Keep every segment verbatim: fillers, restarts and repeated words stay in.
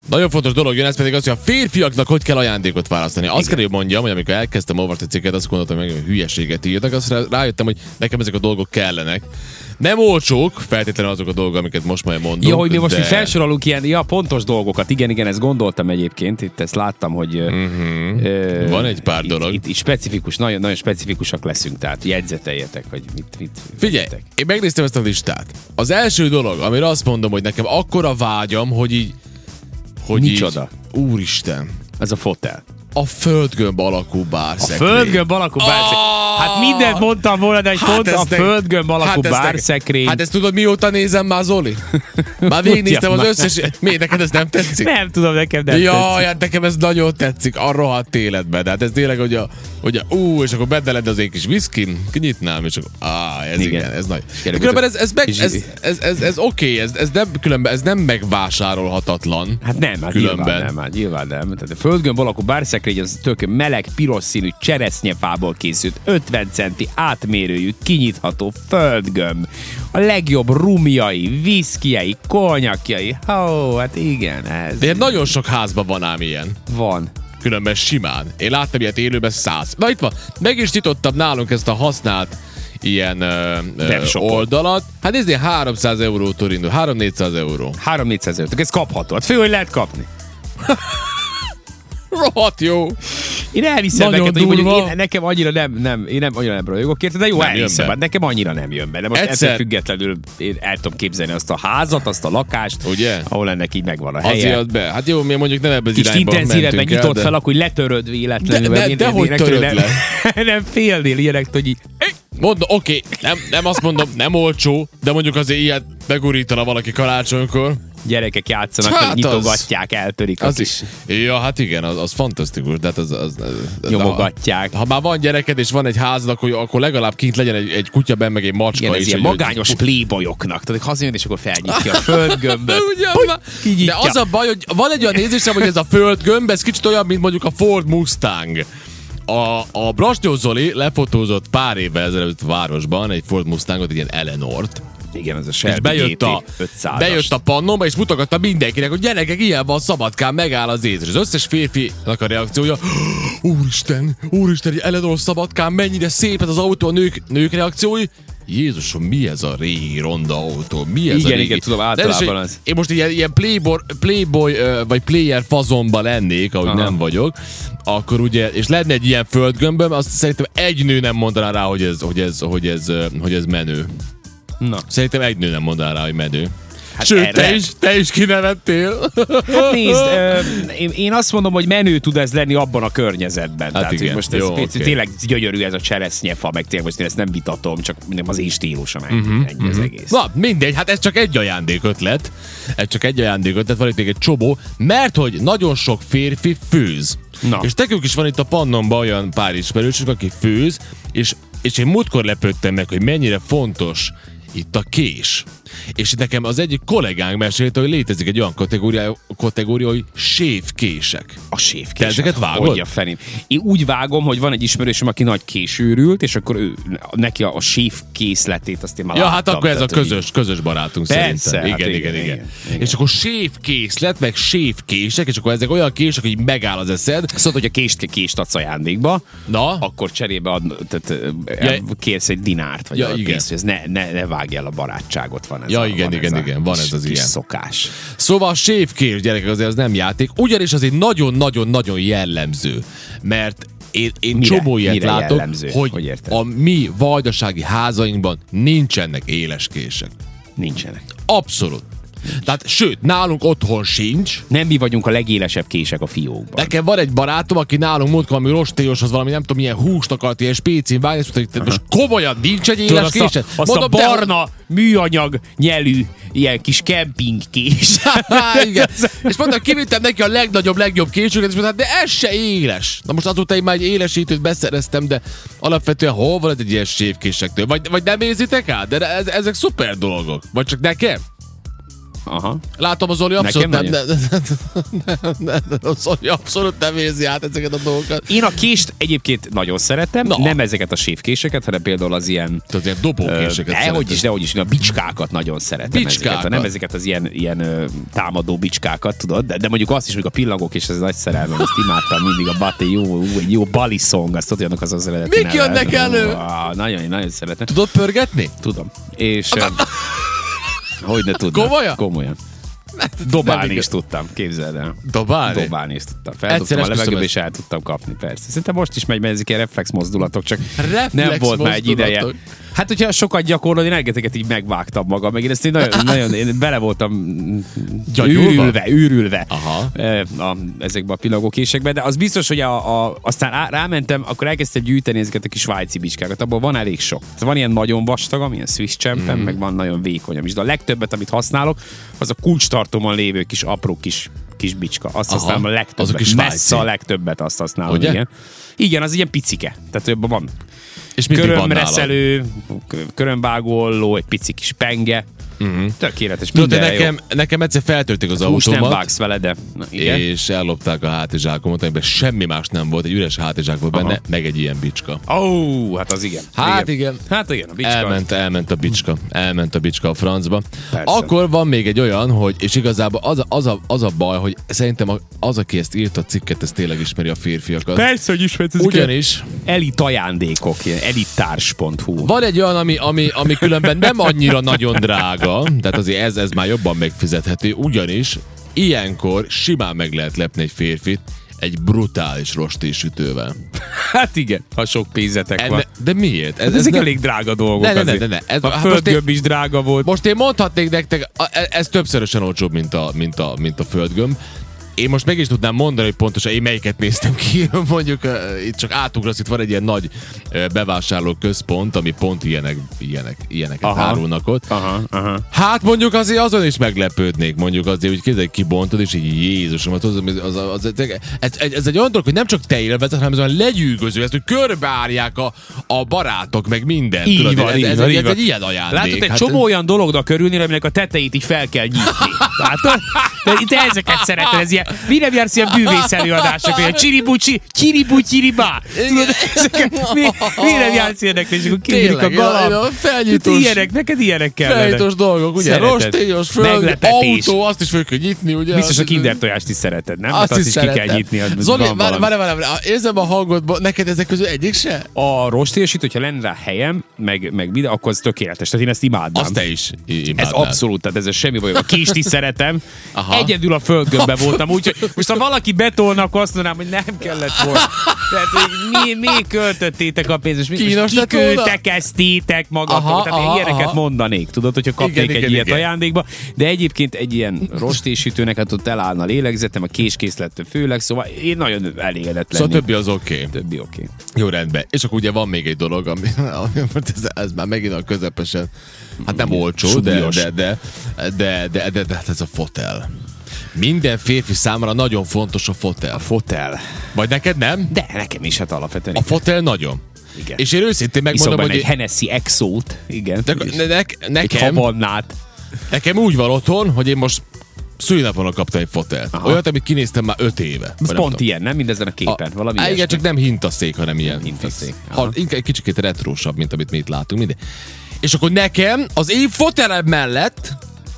Nagyon fontos dolog jön, ez pedig az, hogy a férfiaknak hogy kell ajándékot választani. Azt kell, hogy mondjam, hogy amikor elkezdtem olvasni a cikket, azt gondoltam, hogy meg hülyeséget írtak, azt rájöttem, hogy nekem ezek a dolgok kellenek. Nem olcsók, feltétlenül azok a dolgok, amiket most majd mondom. Ja, hogy mi most de... így felsorolunk ilyen ja, pontos dolgokat. Igen, igen, ezt gondoltam egyébként. Itt ezt láttam, hogy uh-huh. ö, van egy pár itt, dolog. Itt, itt specifikus, nagyon, nagyon specifikusak leszünk, tehát jegyzeteljetek, hogy mit, mit Figyelj, jegyzetek. én megnéztem ezt a listát. Az első dolog, amire azt mondom, hogy nekem akkora vágyam, hogy így... Hogy Micsoda? Így, úristen. Ez a fotel. A földgömb alakú bárszekrény. A földgömb alakú bárszekrény. Hát mindent mondtam volna, de egy hát pont a ne... földgömb alakú hát bárszekrény. Hát ezt tudod, mióta nézem már, Zoli? Már végignéztem az összes... Miért neked ez nem tetszik? Nem tudom, nekem nem Jaj, tetszik. hát nekem ez nagyon tetszik, a rohadt életben. De hát ez tényleg, hogy a, hogy a ú, és akkor benne lenne az én kis viszkim, kinyitnám, és akkor á, ez igen, igen ez nagy. De különben ez, ez, meg, ez, ez, ez, ez oké, ez, ez, nem, különben ez nem megvásárolhatatlan. Hát nem, hát különben. nyilván nem, hát nyilván nem. Tehát a földgömb alakú bárszekrény az tök meleg, piros színű cseresznyefából készült, ötven centi átmérőjű, kinyitható földgömb. A legjobb rumjai, viszkijei, konyakjai. Ó, hát igen, ez... De nagyon sok házban van ám ilyen. Van. Különben simán. Én láttam ilyet élőben száz. Na itt van, meg is nyitottam nálunk ezt a használt ilyen ö, ö, oldalat. Hát nézd, háromszáz eurótól indul, három-négyszáz euró. három-négyszáz euró. Ez kapható. Hát fő, hogy lehet kapni. Rohadt jó. Én elhiszem nagyon neked, hogy durva. mondjuk én, nekem annyira nem, nem, én nem annyira nem rajogok érte, de jó, Nem elhiszem, jön hát nekem annyira nem jön be. De most Egyszer... ettől függetlenül én el tudom képzelni azt a házat, azt a lakást, ugye? ahol ennek így megvan a helye. Azért be. Hát jó, mi mondjuk nem ebben az kicsit irányban intenzívebben mentünk el, nyitott de... fel, akkor letöröd véletlenül. De, de, de hogy töröd le? Nem, nem félnél ilyenek, hogy így... Mondom, oké, okay, nem, nem azt mondom, nem olcsó, de mondjuk azért ilyet megurítana valaki karácsonykor. Gyerekek játszanak, hát hogy nyitogatják, eltörik. Az is. Ja, hát igen, az, az fantasztikus, de hát az, az, az nyomogatják. Ha, ha már van gyereked és van egy házad, akkor, akkor legalább kint legyen egy, egy kutya benn, meg egy macska. Igen, ez is, ilyen hogy, magányos hogy... playboyoknak. Tehát hazajön, és akkor felnyitja a földgömböt. De az a baj, hogy van egy olyan nézésem, hogy ez a földgömb, ez kicsit olyan, mint mondjuk a Ford Mustang. A, a Brasnyó Zoli lefotózott pár évvel ezelőtt városban egy Ford Mustangot, egy ilyen Eleanort. Igen, ez a és Shelby bejött a, bejött a pannomba, és mutogatta mindenkinek, hogy gyerekek, ilyen van, Szabadkán megáll az ész. És az összes férfinak a reakciója, úristen, úristen, egy Eleanor Szabadkán, mennyire szép ez az autó, a nők, nők reakciói. Jézusom, mi ez a régi ronda autó? Mi ez igen, a régi? Igen, tudom, általában az. Én most ilyen, ilyen playboy, playboy vagy player fazonba lennék, ahogy aha. nem vagyok, akkor ugye, és lenne egy ilyen földgömböm, azt szerintem egy nő nem mondaná rá, hogy ez, hogy ez, hogy ez, hogy ez menő. Na. Szerintem egy nő nem mondaná rá, hogy menő. Hát sőt, erre... te is, te is kinevettél. Hát nézd, ö, én, én azt mondom, hogy menő tud ez lenni abban a környezetben. Hát Tehát, igen. most ez Jó, okay. tényleg gyönyörű ez a cseresznyefa, meg tényleg most én ezt nem vitatom, csak az én stílusom, ennyi, uh-huh, ennyi uh-huh. az egész. Na, mindegy, hát ez csak egy ajándékötlet. Ez csak egy ajándékötlet, van itt még egy csobó, mert hogy nagyon sok férfi főz. Na. És nekünk is van itt a Pannonban olyan pár ismerősünk, aki főz, és, és én múltkor lepődtem meg, hogy mennyire fontos itt a kés. És nekem az egyik kollégánk mesélte, hogy létezik egy olyan kategória, kategória hogy sévkések. A sévkések. Te ezeket vágod? Hogy a felém. Én úgy vágom, hogy van egy ismerősöm, aki nagy későrült, és akkor ő, neki a, a sévkészletét azt én már ja, láttam. hát akkor ez tehát, a közös, közös barátunk persze, szerintem. Igen, hát igen, igen, igen, igen. És akkor sévkészlet, meg sévkések, és akkor ezek olyan kések, hogy megáll az eszed. Szóval, hogy a kést, kést adsz ajándékba, na? akkor cserébe ad, tehát, ja, kérsz egy dinárt, vagy ja, a igen. pénzt, ez ne, ne, ne vágj el a barátságot. Van ez ja, a, igen, van igen, ez igen, van ez az kis ilyen szokás. Szóval a sévkés, gyerekek, azért az nem játék, ugyanis az egy nagyon-nagyon-nagyon jellemző, mert én, én mire, csomó ilyet mire látok, jellemző? hogy, hogy a mi vajdasági házainkban nincsenek éles kések. Nincsenek. Abszolút. Tehát, sőt, nálunk otthon sincs. Nem mi vagyunk a legélesebb kések a fiókban. Nekem van egy barátom, aki nálunk múlt valami rostélyoshoz valami, nem tudom, milyen húst akart, ilyen spécin vágni, és mondta, hogy most komolyan nincs egy éles azt késed? A, azt Mondom, a barna te... műanyag nyelű, ilyen kis kempingkés. Igen. És mondtam, kivittem neki a legnagyobb, legjobb későket, és mondtam, de ez se éles. Na most azóta én már egy élesítőt beszereztem, de alapvetően hol van ez egy ilyen sévkésektől? Vagy, vagy nem érzitek át? De ez, ezek szuper dolgok. Vagy csak nekem? Aha. Látom, a Zoli abszolút nem, Nekem nem, nem, nem, nem, nem, Zoli abszolút nem érzi át ezeket a dolgokat. Én a kést egyébként nagyon szeretem, Na. nem ezeket a sévkéseket, hanem például az ilyen... Tehát ilyen dobókéseket uh, Dehogy is, dehogy is, a bicskákat nagyon szeretem. Bicskákat. Ezeket, nem ezeket az ilyen, ilyen uh, támadó bicskákat, tudod? De, de mondjuk azt is, mondjuk a pillangók, és ez nagy szerelmem, azt imádtam mindig a Bati, jó, egy jó bali song, azt tudod, az az eredeti Mik jönnek elő? Ah, nagyon, nagyon szeretem. Tudod pörgetni? Tudom. És... Hogy ne tudnám. Komolyan? Komolyan. Dobálni is tudtam, képzeld el. Dobálni? Dobálni is tudtam. Feldobtam a levegőbe, és el tudtam kapni, persze. Szerintem most is megy, mert ezek ilyen reflex mozdulatok, csak reflex nem volt már egy ideje. mozdulatok. Hát, hogyha sokat gyakorlod, én rengeteget így megvágtam magam, meg én ezt én nagyon, nagyon én bele voltam Gyagyulva? űrülve, űrülve Aha. a, ezekbe a pillangókésekbe, de az biztos, hogy a, a, aztán á, rámentem, akkor elkezdtem gyűjteni ezeket a kis svájci bicskákat, abból van elég sok. Van ilyen nagyon vastag, amilyen Swiss champion, mm. meg van nagyon vékonyam is, de a legtöbbet, amit használok, az a kulcstartómon lévő kis apró kis kis bicska. Azt Aha, használom a legtöbbet. Messze a legtöbbet azt használom. Ugye? Igen. Igen, az ilyen picike. Tehát ebben van És körömreszelő, körömvágóolló, egy pici kis penge. Uh-huh. Tökéletes. Tudod, nekem, nekem egyszer feltörték az Hús autómat. nem vágsz vele, de... Na, igen. És ellopták a hátizsákomat, amiben semmi más nem volt, egy üres hátizsák volt benne, Aha. meg egy ilyen bicska. Ó, oh, hát az igen. Hát igen. igen. Hát igen, a bicska. Elment, elment a bicska. Elment a bicska a francba. Persze. Akkor van még egy olyan, hogy, és igazából az a, az a, az a baj, hogy szerintem az, aki ezt írt a cikket, ez tényleg ismeri a férfiakat. Persze, hogy ismert ez. Ugyanis elit ajándékok, ilyen elittárs pont hu. van egy olyan, ami, ami, ami különben nem annyira nagyon drága, tehát azért ez, ez már jobban megfizethető, ugyanis ilyenkor simán meg lehet lepni egy férfit egy brutális rostésütővel. Hát igen, ha sok pénzetek van. De miért? Ez, ez ezek nem... elég drága dolgok ne, ne, azért. Ne, ne, ne. Ez, a hát földgömb is drága volt. Most én mondhatnék nektek, ez többszörösen olcsóbb, mint a, mint a, mint a földgömb. Én most meg is tudnám mondani, hogy pontosan én melyiket néztem ki. Mondjuk uh, itt csak átugrasz, itt van egy ilyen nagy uh, bevásárló központ, ami pont ilyenek, ilyenek, ilyeneket aha. árulnak ott. Aha, aha. Hát mondjuk azért azon is meglepődnék, mondjuk azért, hogy kézzel kibontod, és így Jézusom, az, az, az, az, az, ez, ez egy olyan dolog, hogy nem csak te élvezed, hanem ez olyan legyűgöző, ezt, hogy körbeárják a, a barátok, meg minden. Így tudod, van, ez, így ez, van, ez, így ez van. egy ilyen ajándék. Látod, egy hát csomó ez... olyan dolognak körülni, aminek a tetejét így fel kell nyitni. Látod? Te, te ezeket szereted, ez ilyen, mire jársz ilyen bűvész előadások, hogy csiribucsi, csiribu, csiribá. Tudod, ezeket, mi, mire jársz ilyenek, és akkor kinyílik a galamb. Felnyitós, ilyenek, neked ilyenek kellene. Felnyitós dolgok, ugye? Rostélyos, föld, autó, azt is föl kell nyitni, ugye? Biztos a kindertojást is szereted, nem? Azt, azt is, is szeretem. ki kell nyitni. Zoli, várj, várj, várj, érzem a hangodban, neked ezek közül egyik se? A rostélyosít, hogyha lenne rá helyem, meg, meg minden, akkor az tökéletes. Tehát én ezt imádnám. Azt te is imádnád. Ez abszolút, tehát ez semmi baj. A kést is szeretem. Aha. Egyedül a földgömbben voltam, úgyhogy most ha valaki betolna, akkor azt mondanám, hogy nem kellett volna. Tehát, hogy mi, mi költöttétek a pénzt, és mi kiköltekeztétek magatokat. Tehát aha, ilyeneket aha. mondanék, tudod, hogyha kapnék igen, egy igen, ilyet igen. ajándékba. De egyébként egy ilyen rostésütőnek, hát ott elállna a lélegzetem, a késkészlettől főleg, szóval én nagyon elégedett lennék. Szóval többi az oké. Okay. Többi oké. Okay. Jó, rendben. És akkor ugye van még egy dolog, ami, ami ez, ez már megint a közepesen, hát nem olcsó, de de de, de, de, de, de, de ez a fotel. Minden férfi számára nagyon fontos a fotel. A fotel. Vagy neked nem? De nekem is, hát alapvetően. A fotel nagyon. Igen. És én őszintén megmondom, hogy... hogy... egy Hennessy Exót. Igen. De, ne, ne, nekem... Egy havannát. Nekem úgy van otthon, hogy én most szülinapon kaptam egy fotelt. Aha. Olyat, amit kinéztem már öt éve. Ez pont tudom. Ilyen, nem? Mindezen a képen. A, Valami igen, csak nem hintaszék, hanem ilyen. Hintaszék. Ha, inkább egy kicsit retrósabb, mint amit mi itt látunk. Minden. És akkor nekem az én fotelem mellett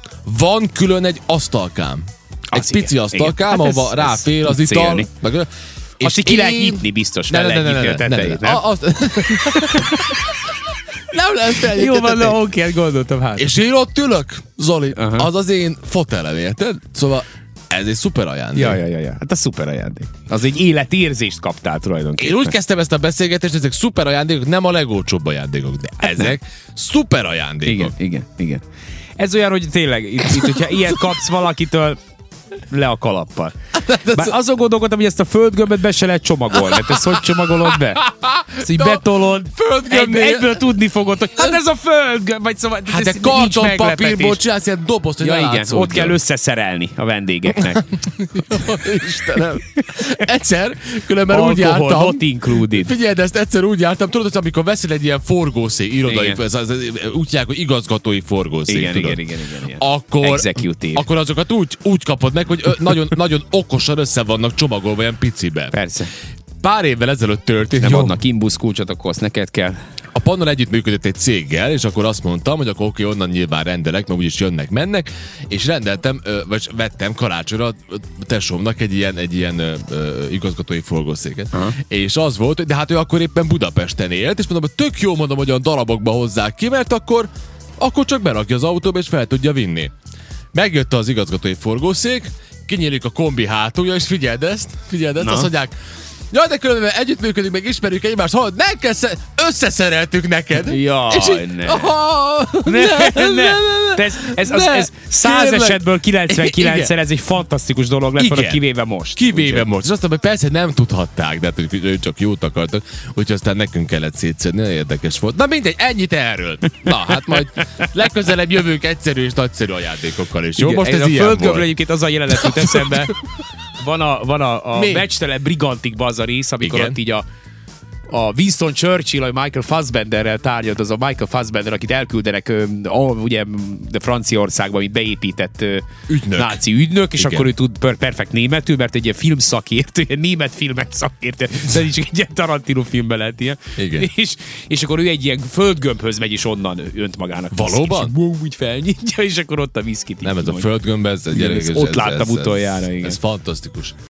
van külön egy asztalkám. Egy az pici igen. asztalkám, igen. ahova hát ráfér az ital. Meg, és azt ki én... lehet nyitni biztos, fel lehet nyitni a tetejét, nem? Nem lehet felnyitni. Jó van, na oké, gondoltam hát. És én ott ülök, Zoli, uh-huh. az az én fotelem, érted? Szóval ez egy szuper ajándék. Ja, ja, ja, ja. Hát a szuper ajándék. Az egy életérzést kaptál tulajdonképpen. Én úgy kezdtem ezt a beszélgetést, ezek szuper ajándékok, nem a legolcsóbb ajándékok, de ezek szuper ajándékok. Igen, igen, igen. Ez olyan, hogy tényleg, itt, itt hogyha ilyet kapsz valakitől, le a kalappal. Bár azon gondolkodtam, hogy ezt a földgömböt be se lehet csomagolni. Hát ezt hogy csomagolod be? Ezt így betolod, egy, Egy, egyből tudni fogod, hogy hát ez a földgömb, vagy szóval Hát de ez nincs kartonpapírból meglepetés. csinálsz ilyen dobozt, hogy Ja ne igen, látszódjon. ott kell összeszerelni a vendégeknek. Istenem. Egyszer, különben úgy Alkohol jártam. not included. Figyelj, de ezt egyszer úgy jártam, tudod, hogy amikor veszel egy ilyen forgószék, irodai, Igen. ez, ez, ez, úgy hívják, hogy igazgatói forgószék, Igen, tudod. igen, igen, igen, igen. Akkor, Executive. akkor azokat úgy, úgy kapod meg, hogy ö, nagyon, nagyon okosan össze vannak csomagolva ilyen picibe. Persze. Pár évvel ezelőtt történt. Nem jó, adnak imbusz kulcsot, akkor azt neked kell. A Pannon együttműködött egy céggel, és akkor azt mondtam, hogy akkor oké, onnan nyilván rendelek, mert úgyis jönnek, mennek, és rendeltem, ö, vagy vettem karácsonyra a tesómnak egy ilyen, egy ilyen ö, ö, igazgatói forgószéket. Uh-huh. És az volt, hogy de hát ő akkor éppen Budapesten élt, és mondom, hogy tök jó, mondom, hogy a darabokba hozzák ki, mert akkor, akkor csak berakja az autóba, és fel tudja vinni. Megjött az igazgatói forgószék, kinyílik a kombi hátulja, és figyeld ezt, figyeld ezt, azt mondják, jaj, de különben együttműködünk, meg ismerjük egymást, hogy nem kell, sze- összeszereltük neked. Jaj, és így, ne. Oh, Ne, ne, ne, ne. Ez, ez, az, Ne. ez száz Kérlek. esetből kilencvenkilencszer ez egy fantasztikus dolog lett volna, Igen. kivéve most. Kivéve most. És azt mondom, hogy persze nem tudhatták, de hát, hogy ők csak jót akartak, úgyhogy aztán nekünk kellett szétszedni, érdekes volt. Na mindegy, ennyit erről. Na, hát majd legközelebb jövünk egyszerű és nagyszerű ajándékokkal is. Jó, Igen, most ez, a ilyen földgömbről volt. egyébként az a jelenet jut eszembe. Van a, van a, a Mi? Mecstelen Brigantikban az a rész, amikor Igen. ott így a, a Winston Churchill, vagy Michael Fassbenderrel tárgyalt, az a Michael Fassbender, akit elküldenek ö, a, ugye, de Franciaországba, amit beépített ö, Ügynök. náci ügynök, és Igen. akkor ő tud per- perfekt németül, mert egy ilyen filmszakértő, ilyen német filmek szakértő, de is egy ilyen Tarantino filmben lehet ilyen. Igen. És, és akkor ő egy ilyen földgömbhöz megy, és onnan önt magának. Valóban? És így, úgy felnyitja, és akkor ott a viszkit. Nem, ez a földgömb, ez, Igen, gyerek, ezt ez, ott ez, láttam ez, utoljára, ez, igen. ez fantasztikus.